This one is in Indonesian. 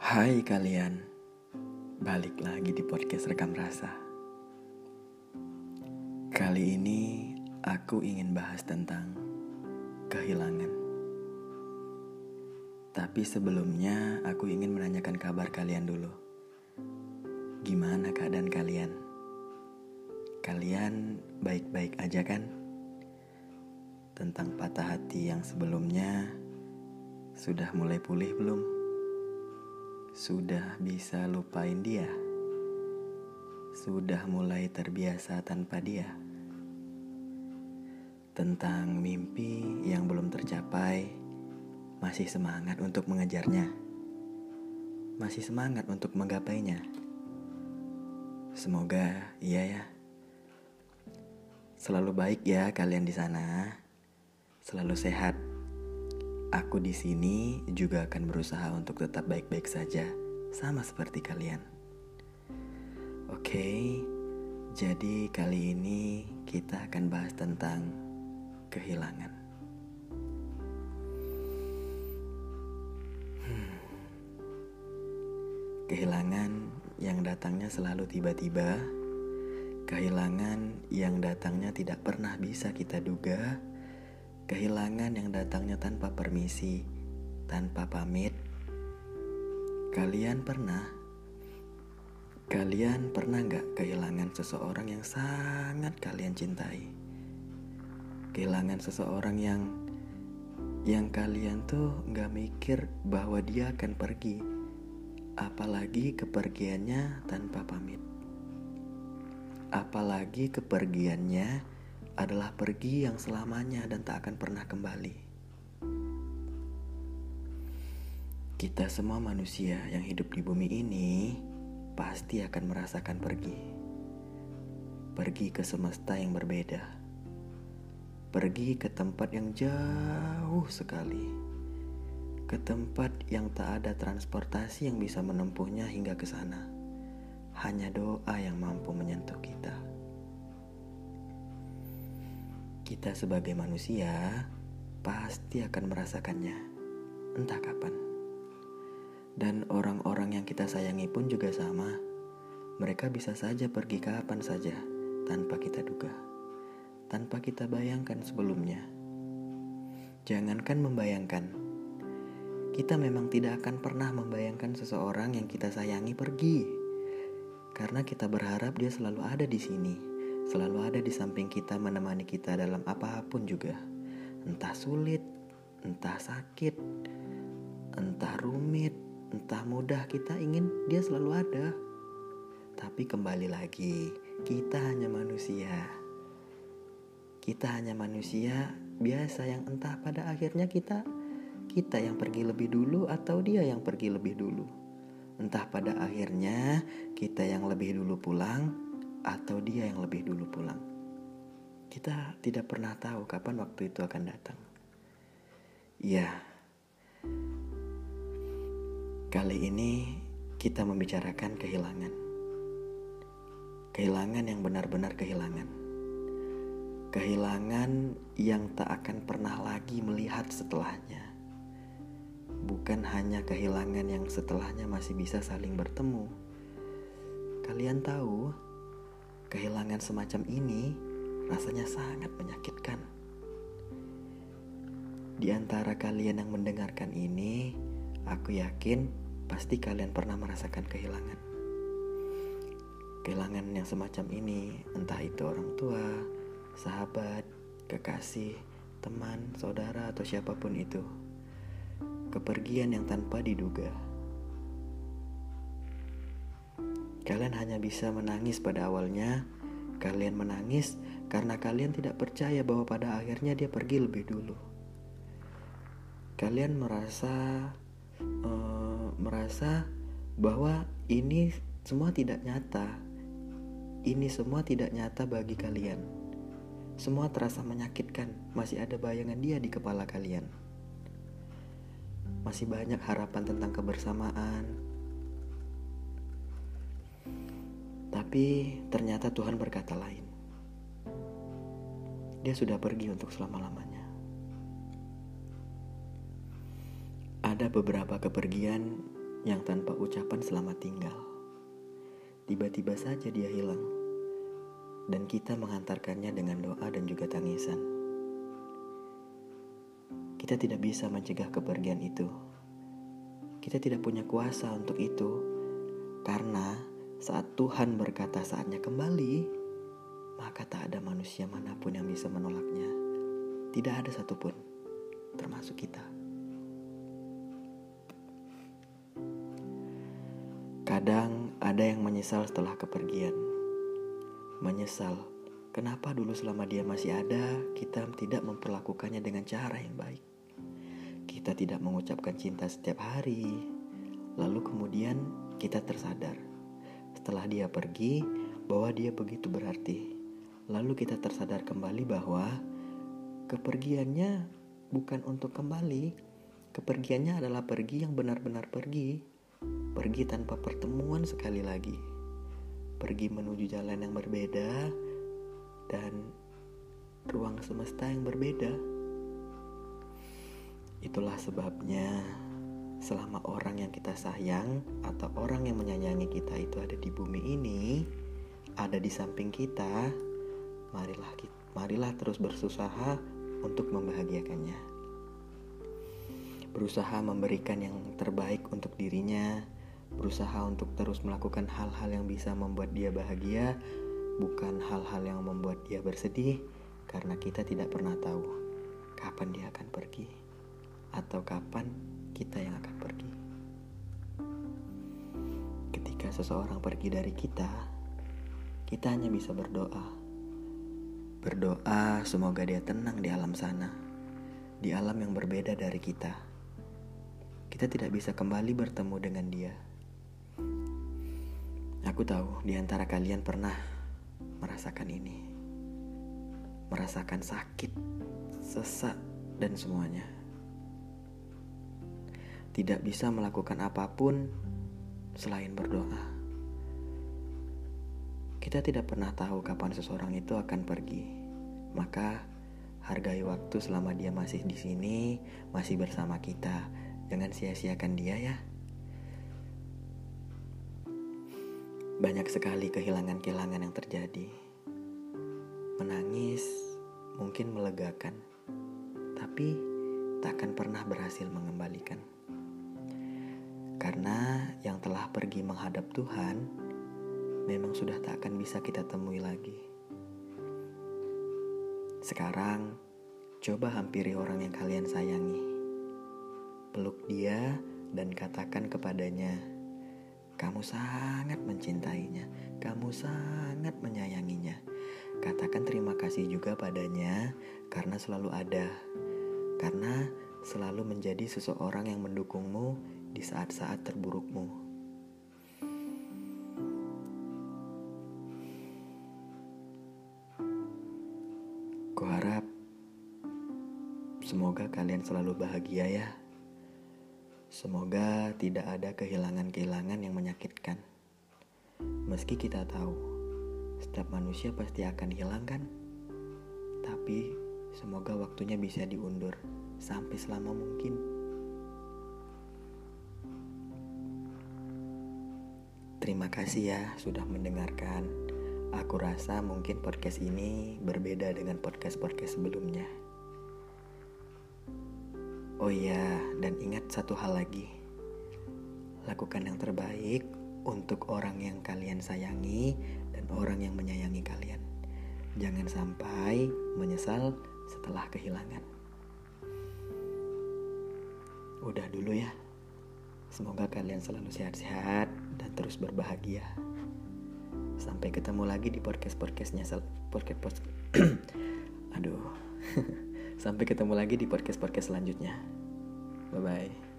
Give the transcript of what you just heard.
Hai kalian, balik lagi di podcast Rekam Rasa. Kali ini aku ingin bahas tentang kehilangan. Tapi sebelumnya aku ingin menanyakan kabar kalian dulu. Gimana keadaan kalian? Kalian baik-baik aja kan? Tentang patah hati yang sebelumnya, sudah mulai pulih belum? Sudah bisa lupain dia? Sudah mulai terbiasa tanpa dia? Tentang mimpi yang belum tercapai, masih semangat untuk mengejarnya? Masih semangat untuk menggapainya? Semoga iya ya. Selalu baik ya kalian di sana. Selalu sehat. Aku di sini juga akan berusaha untuk tetap baik-baik saja, sama seperti kalian. Oke, jadi kali ini kita akan bahas tentang kehilangan. Kehilangan yang datangnya selalu tiba-tiba, kehilangan yang datangnya tidak pernah bisa kita duga, kehilangan yang datangnya tanpa permisi, tanpa pamit. Kalian pernah gak kehilangan seseorang yang sangat kalian cintai? Kehilangan seseorang yang kalian tuh gak mikir bahwa dia akan pergi, apalagi kepergiannya tanpa pamit. Apalagi kepergiannya adalah pergi yang selamanya dan tak akan pernah kembali. Kita semua manusia yang hidup di bumi ini pasti akan merasakan pergi. Pergi ke semesta yang berbeda. Pergi ke tempat yang jauh sekali. Ke tempat yang tak ada transportasi yang bisa menempuhnya hingga ke sana. Hanya doa yang mampu menyentuh kita. Kita sebagai manusia pasti akan merasakannya, entah kapan. Dan orang-orang yang kita sayangi pun juga sama. Mereka bisa saja pergi kapan saja, tanpa kita duga, tanpa kita bayangkan sebelumnya. Jangankan membayangkan, kita memang tidak akan pernah membayangkan seseorang yang kita sayangi pergi. Karena kita berharap dia selalu ada di sini, selalu ada di samping kita, menemani kita dalam apapun juga. Entah sulit, entah sakit, entah rumit, entah mudah, kita ingin dia selalu ada. Tapi kembali lagi, kita hanya manusia. Kita hanya manusia biasa yang entah pada akhirnya kita yang pergi lebih dulu atau dia yang pergi lebih dulu. Entah pada akhirnya kita yang lebih dulu pulang atau dia yang lebih dulu pulang. Kita tidak pernah tahu kapan waktu itu akan datang. Ya, kali ini kita membicarakan kehilangan. Kehilangan yang benar-benar kehilangan. Kehilangan yang tak akan pernah lagi melihat setelahnya. Bukan hanya kehilangan yang setelahnya masih bisa saling bertemu. Kalian tahu, kehilangan semacam ini rasanya sangat menyakitkan. Di antara kalian yang mendengarkan ini, aku yakin pasti kalian pernah merasakan kehilangan. Kehilangan yang semacam ini, entah itu orang tua, sahabat, kekasih, teman, saudara, atau siapapun itu. Kepergian yang tanpa diduga. Kalian hanya bisa menangis pada awalnya. Kalian menangis karena kalian tidak percaya bahwa pada akhirnya dia pergi lebih dulu. Kalian merasa bahwa ini semua tidak nyata. Ini semua tidak nyata bagi kalian. Semua terasa menyakitkan. Masih ada bayangan dia di kepala kalian. Masih banyak harapan tentang kebersamaan. Tapi ternyata Tuhan berkata lain. Dia sudah pergi untuk selama-lamanya. Ada beberapa kepergian yang tanpa ucapan selamat tinggal. Tiba-tiba saja dia hilang, dan kita menghantarkannya dengan doa dan juga tangisan. Kita tidak bisa mencegah kepergian itu. Kita tidak punya kuasa untuk itu, karena saat Tuhan berkata saatnya kembali, maka tak ada manusia manapun yang bisa menolaknya. Tidak ada satupun, termasuk kita. Kadang ada yang menyesal setelah kepergian. Menyesal, kenapa dulu selama dia masih ada, kita tidak memperlakukannya dengan cara yang baik. Kita tidak mengucapkan cinta setiap hari. Lalu kemudian kita tersadar setelah dia pergi bahwa dia begitu berarti. Lalu kita tersadar kembali bahwa kepergiannya bukan untuk kembali. Kepergiannya adalah pergi yang benar-benar pergi. Pergi tanpa pertemuan sekali lagi. Pergi menuju jalan yang berbeda dan ruang semesta yang berbeda. Itulah sebabnya selama orang yang kita sayang atau orang yang menyayangi kita itu ada di bumi ini, ada di samping kita, marilah terus berusaha untuk membahagiakannya. Berusaha memberikan yang terbaik untuk dirinya, berusaha untuk terus melakukan hal-hal yang bisa membuat dia bahagia, bukan hal-hal yang membuat dia bersedih, karena kita tidak pernah tahu kapan dia akan pergi atau kapan kita yang akan pergi. Ketika seseorang pergi dari kita hanya bisa berdoa. Berdoa semoga dia tenang di alam sana, di alam yang berbeda dari kita. Kita tidak bisa kembali bertemu dengan dia. Aku tahu di antara kalian pernah merasakan ini. Merasakan sakit, sesak, dan semuanya. Tidak bisa melakukan apapun selain berdoa. Kita tidak pernah tahu kapan seseorang itu akan pergi. Maka hargai waktu selama dia masih di sini, masih bersama kita. Jangan sia-siakan dia ya. Banyak sekali kehilangan-kehilangan yang terjadi. Menangis mungkin melegakan, tapi takkan pernah berhasil mengembalikan. Karena yang telah pergi menghadap Tuhan memang sudah tak akan bisa kita temui lagi. Sekarang coba hampiri orang yang kalian sayangi. Peluk dia dan katakan kepadanya, kamu sangat mencintainya, kamu sangat menyayanginya. Katakan terima kasih juga padanya karena selalu ada, karena selalu menjadi seseorang yang mendukungmu di saat-saat terburukmu. Kuharap semoga kalian selalu bahagia ya. Semoga tidak ada kehilangan-kehilangan yang menyakitkan. Meski kita tahu setiap manusia pasti akan hilang kan? Tapi semoga waktunya bisa diundur sampai selama mungkin. Terima kasih ya sudah mendengarkan. Aku rasa mungkin podcast ini berbeda dengan podcast-podcast sebelumnya. Oh iya, dan ingat satu hal lagi. Lakukan yang terbaik untuk orang yang kalian sayangi dan orang yang menyayangi kalian. Jangan sampai menyesal setelah kehilangan. Udah dulu ya. Semoga kalian selalu sehat-sehat dan terus berbahagia. Sampai ketemu lagi di podcast-podcastnya Sampai ketemu lagi di podcast-podcast selanjutnya. Bye-bye.